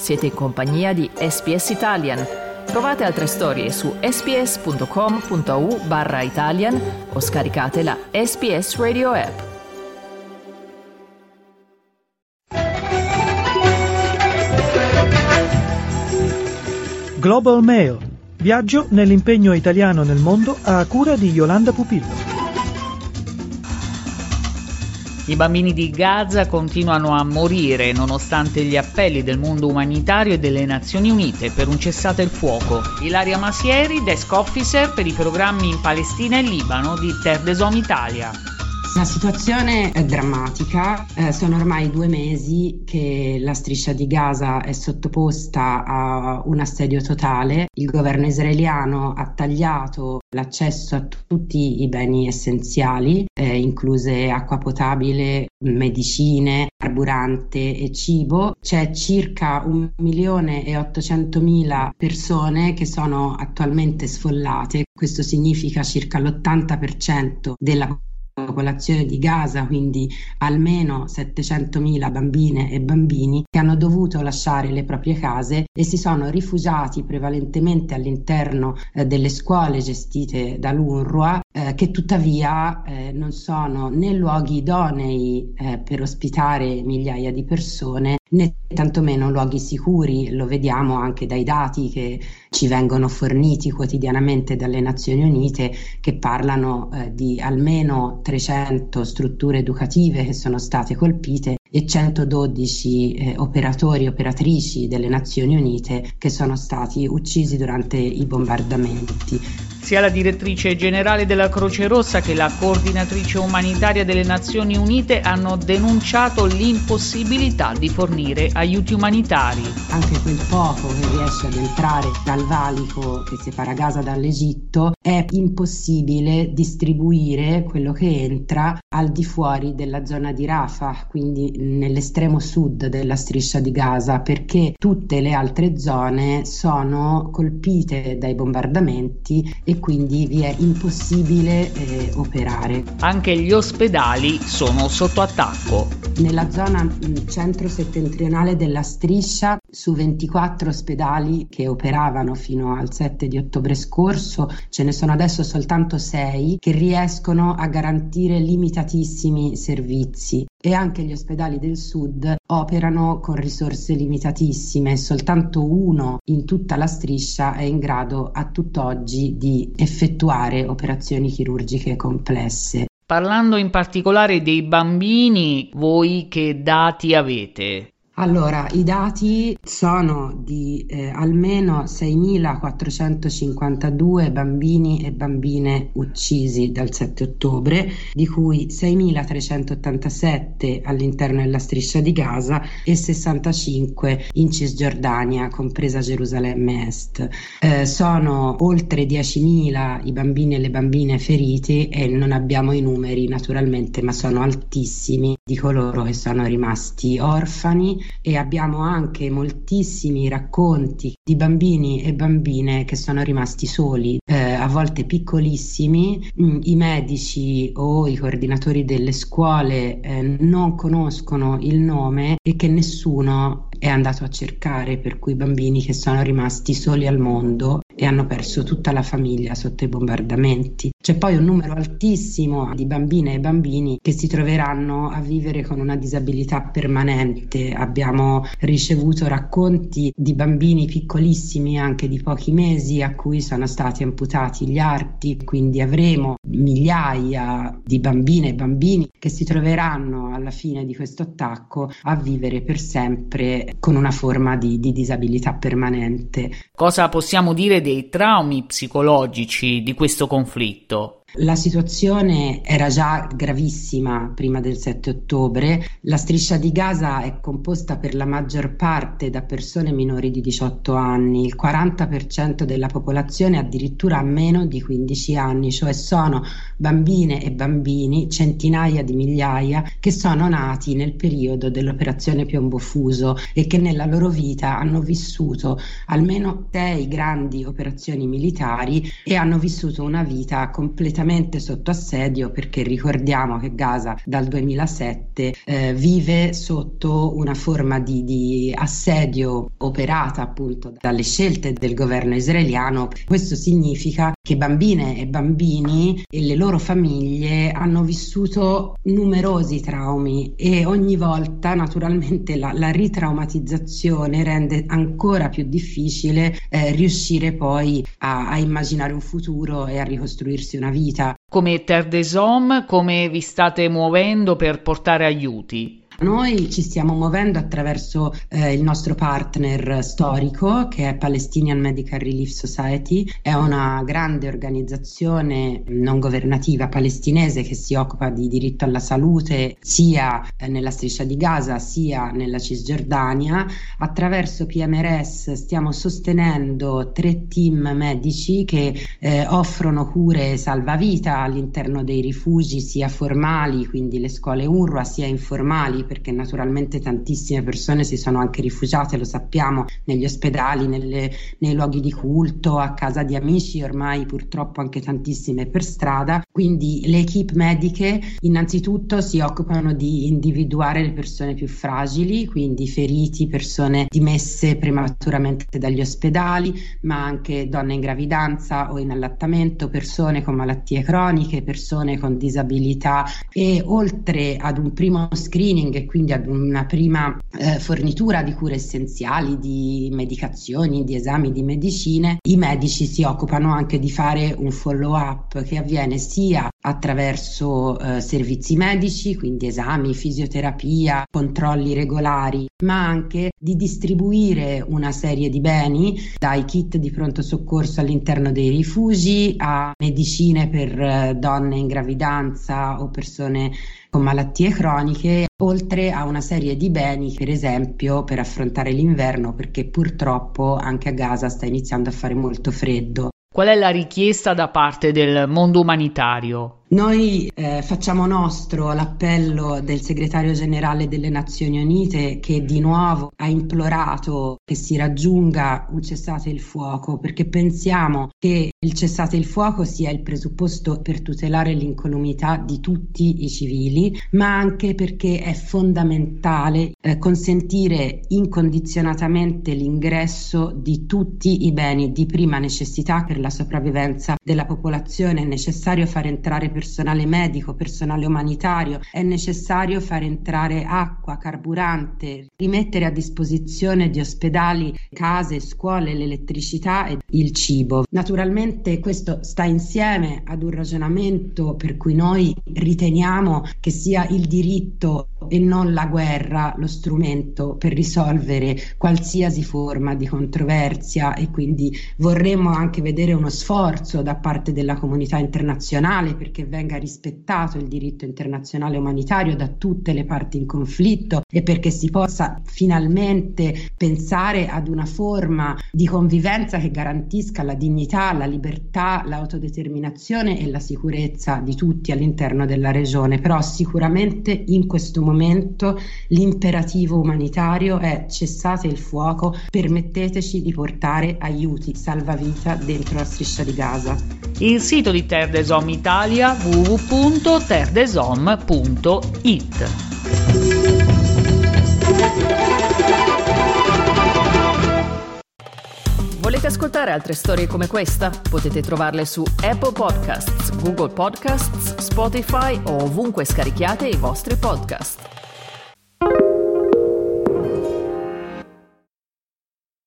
Siete in compagnia di SBS Italian. Trovate altre storie su sbs.com.au/Italian o scaricate la SBS Radio app. Global Mail. Viaggio nell'impegno italiano nel mondo a cura di Yolanda Pupillo. I bambini di Gaza continuano a morire nonostante gli appelli del mondo umanitario e delle Nazioni Unite per un cessate il fuoco. Ilaria Masieri, Desk Officer per i programmi in Palestina e Libano di Terre des Hommes Italia. La situazione è drammatica, sono ormai 2 mesi che la striscia di Gaza è sottoposta a un assedio totale. Il governo israeliano ha tagliato l'accesso a tutti i beni essenziali, incluse acqua potabile, medicine, carburante e cibo. C'è circa 1.800.000 persone che sono attualmente sfollate. Questo significa circa l'80% della popolazione di Gaza, quindi almeno 700.000 bambine e bambini che hanno dovuto lasciare le proprie case e si sono rifugiati prevalentemente all'interno delle scuole gestite dall'UNRWA, che tuttavia non sono né luoghi idonei per ospitare migliaia di persone, né tantomeno luoghi sicuri. Lo vediamo anche dai dati che ci vengono forniti quotidianamente dalle Nazioni Unite, che parlano di almeno 300 strutture educative che sono state colpite e 112 operatori e operatrici delle Nazioni Unite che sono stati uccisi durante i bombardamenti. Sia la direttrice generale della Croce Rossa che la coordinatrice umanitaria delle Nazioni Unite hanno denunciato l'impossibilità di fornire aiuti umanitari. Anche quel poco che riesce ad entrare dal valico che separa Gaza dall'Egitto, è impossibile distribuire quello che entra al di fuori della zona di Rafah, quindi nell'estremo sud della striscia di Gaza, perché tutte le altre zone sono colpite dai bombardamenti e quindi vi è impossibile operare. Anche gli ospedali sono sotto attacco. Nella zona centro-settentrionale della striscia, su 24 ospedali che operavano fino al 7 di ottobre scorso, ce ne sono adesso soltanto 6 che riescono a garantire limitatissimi servizi, e anche gli ospedali del sud operano con risorse limitatissime. Soltanto uno in tutta la striscia è in grado a tutt'oggi di effettuare operazioni chirurgiche complesse. Parlando in particolare dei bambini, voi che dati avete? Allora, i dati sono di almeno 6.452 bambini e bambine uccisi dal 7 ottobre, di cui 6.387 all'interno della striscia di Gaza e 65 in Cisgiordania, compresa Gerusalemme Est. Sono oltre 10.000 i bambini e le bambine feriti e non abbiamo i numeri naturalmente, ma sono altissimi di coloro che sono rimasti orfani, e abbiamo anche moltissimi racconti di bambini e bambine che sono rimasti soli, a volte piccolissimi. I medici o i coordinatori delle scuole non conoscono il nome e che nessuno è andato a cercare, per cui bambini che sono rimasti soli al mondo e hanno perso tutta la famiglia sotto i bombardamenti. C'è poi un numero altissimo di bambine e bambini che si troveranno a vivere con una disabilità permanente. Abbiamo ricevuto racconti di bambini piccolissimi, anche di pochi mesi, a cui sono stati amputati gli arti, quindi avremo migliaia di bambine e bambini che si troveranno alla fine di questo attacco a vivere per sempre con una forma di disabilità permanente. Cosa possiamo dire dei traumi psicologici di questo conflitto? La situazione era già gravissima prima del 7 ottobre. La striscia di Gaza è composta per la maggior parte da persone minori di 18 anni. Il 40% della popolazione addirittura ha meno di 15 anni, cioè sono bambine e bambini, centinaia di migliaia, che sono nati nel periodo dell'operazione Piombo Fuso e che nella loro vita hanno vissuto almeno 6 grandi operazioni militari e hanno vissuto una vita completamente sotto assedio, perché ricordiamo che Gaza dal 2007 vive sotto una forma di assedio operata appunto dalle scelte del governo israeliano. Questo significa che bambine e bambini e le loro famiglie hanno vissuto numerosi traumi e ogni volta naturalmente la ritraumatizzazione rende ancora più difficile riuscire poi a immaginare un futuro e a ricostruirsi una vita. Come Terre des Hommes, come vi state muovendo per portare aiuti? Noi ci stiamo muovendo attraverso il nostro partner storico, che è Palestinian Medical Relief Society. È una grande organizzazione non governativa palestinese che si occupa di diritto alla salute sia nella striscia di Gaza sia nella Cisgiordania. Attraverso PMRS stiamo sostenendo 3 team medici che offrono cure salvavita all'interno dei rifugi, sia formali, quindi le scuole UNRWA, sia informali, perché naturalmente tantissime persone si sono anche rifugiate, lo sappiamo, negli ospedali, nei luoghi di culto, a casa di amici, ormai purtroppo anche tantissime per strada. Quindi le equip mediche innanzitutto si occupano di individuare le persone più fragili, quindi feriti, persone dimesse prematuramente dagli ospedali, ma anche donne in gravidanza o in allattamento, persone con malattie croniche, persone con disabilità, e oltre ad un primo screening e quindi ad una prima fornitura di cure essenziali, di medicazioni, di esami, di medicine, i medici si occupano anche di fare un follow up che avviene sia attraverso servizi medici, quindi esami, fisioterapia, controlli regolari, ma anche di distribuire una serie di beni, dai kit di pronto soccorso all'interno dei rifugi a medicine per donne in gravidanza o persone con malattie croniche, oltre a una serie di beni, per esempio per affrontare l'inverno, perché purtroppo anche a Gaza sta iniziando a fare molto freddo. Qual è la richiesta da parte del mondo umanitario? Noi facciamo nostro l'appello del segretario generale delle Nazioni Unite, che di nuovo ha implorato che si raggiunga un cessate il fuoco, perché pensiamo che il cessate il fuoco sia il presupposto per tutelare l'incolumità di tutti i civili, ma anche perché è fondamentale consentire incondizionatamente l'ingresso di tutti i beni di prima necessità per la sopravvivenza della popolazione. È necessario far entrare personale medico, personale umanitario, è necessario far entrare acqua, carburante, rimettere a disposizione di ospedali, case, scuole, l'elettricità e il cibo. Naturalmente questo sta insieme ad un ragionamento per cui noi riteniamo che sia il diritto e non la guerra lo strumento per risolvere qualsiasi forma di controversia, e quindi vorremmo anche vedere uno sforzo da parte della comunità internazionale perché venga rispettato il diritto internazionale umanitario da tutte le parti in conflitto e perché si possa finalmente pensare ad una forma di convivenza che garantisca la dignità, la libertà, l'autodeterminazione e la sicurezza di tutti all'interno della regione. Però sicuramente in questo momento l'imperativo umanitario è: cessate il fuoco, permetteteci di portare aiuti salvavita dentro la striscia di Gaza. Il sito di Terre des Hommes Italia, www.terredeshommes.it. Volete ascoltare altre storie come questa? Potete trovarle su Apple Podcasts, Google Podcasts, Spotify o ovunque scarichiate i vostri podcast.